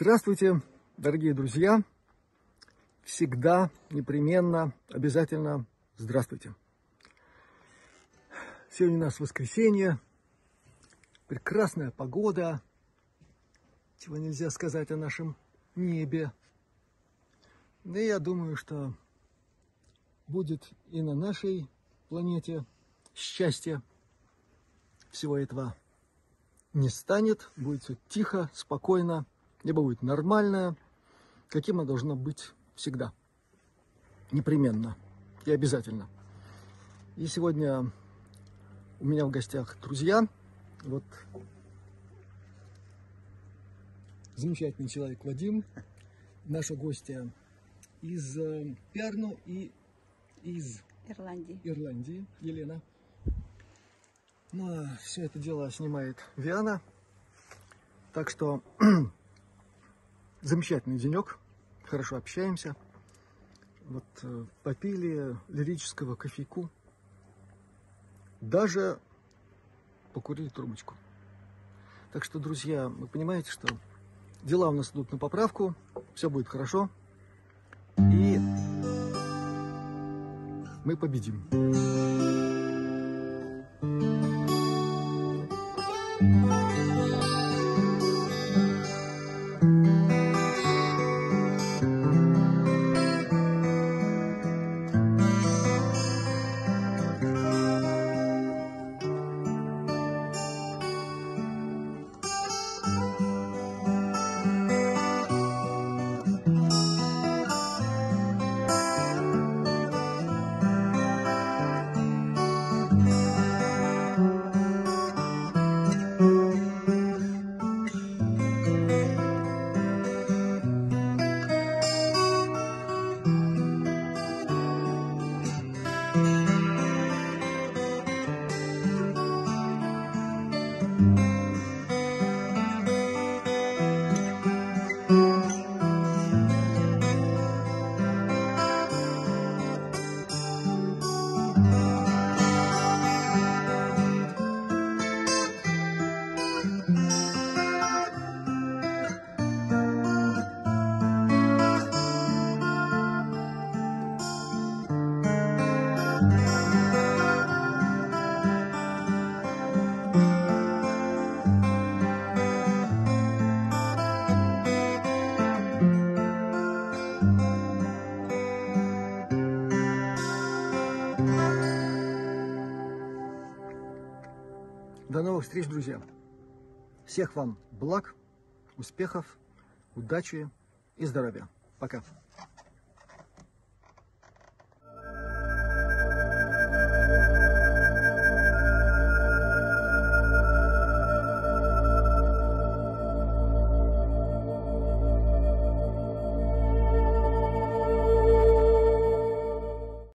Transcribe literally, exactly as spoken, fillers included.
Здравствуйте, дорогие друзья! Всегда, непременно, обязательно здравствуйте! Сегодня у нас воскресенье, прекрасная погода, чего нельзя сказать о нашем небе. Да и я думаю, что будет и на нашей планете счастье. Всего этого не станет, будет все тихо, спокойно, небо будет нормальное, каким оно должно быть всегда, непременно и обязательно. И сегодня у меня в гостях друзья, вот замечательный человек Вадим, наша гостья из Пярну и из Ирландии. Ирландии, Елена. Ну, а все это дело снимает Виана. Так что замечательный денек, хорошо общаемся. Вот э, попили лирического кофейку, даже покурили трубочку. Так что, друзья, вы понимаете, что дела у нас идут на поправку, все будет хорошо, и мы победим. До новых встреч, друзья! Всех вам благ, успехов, удачи и здоровья. Пока!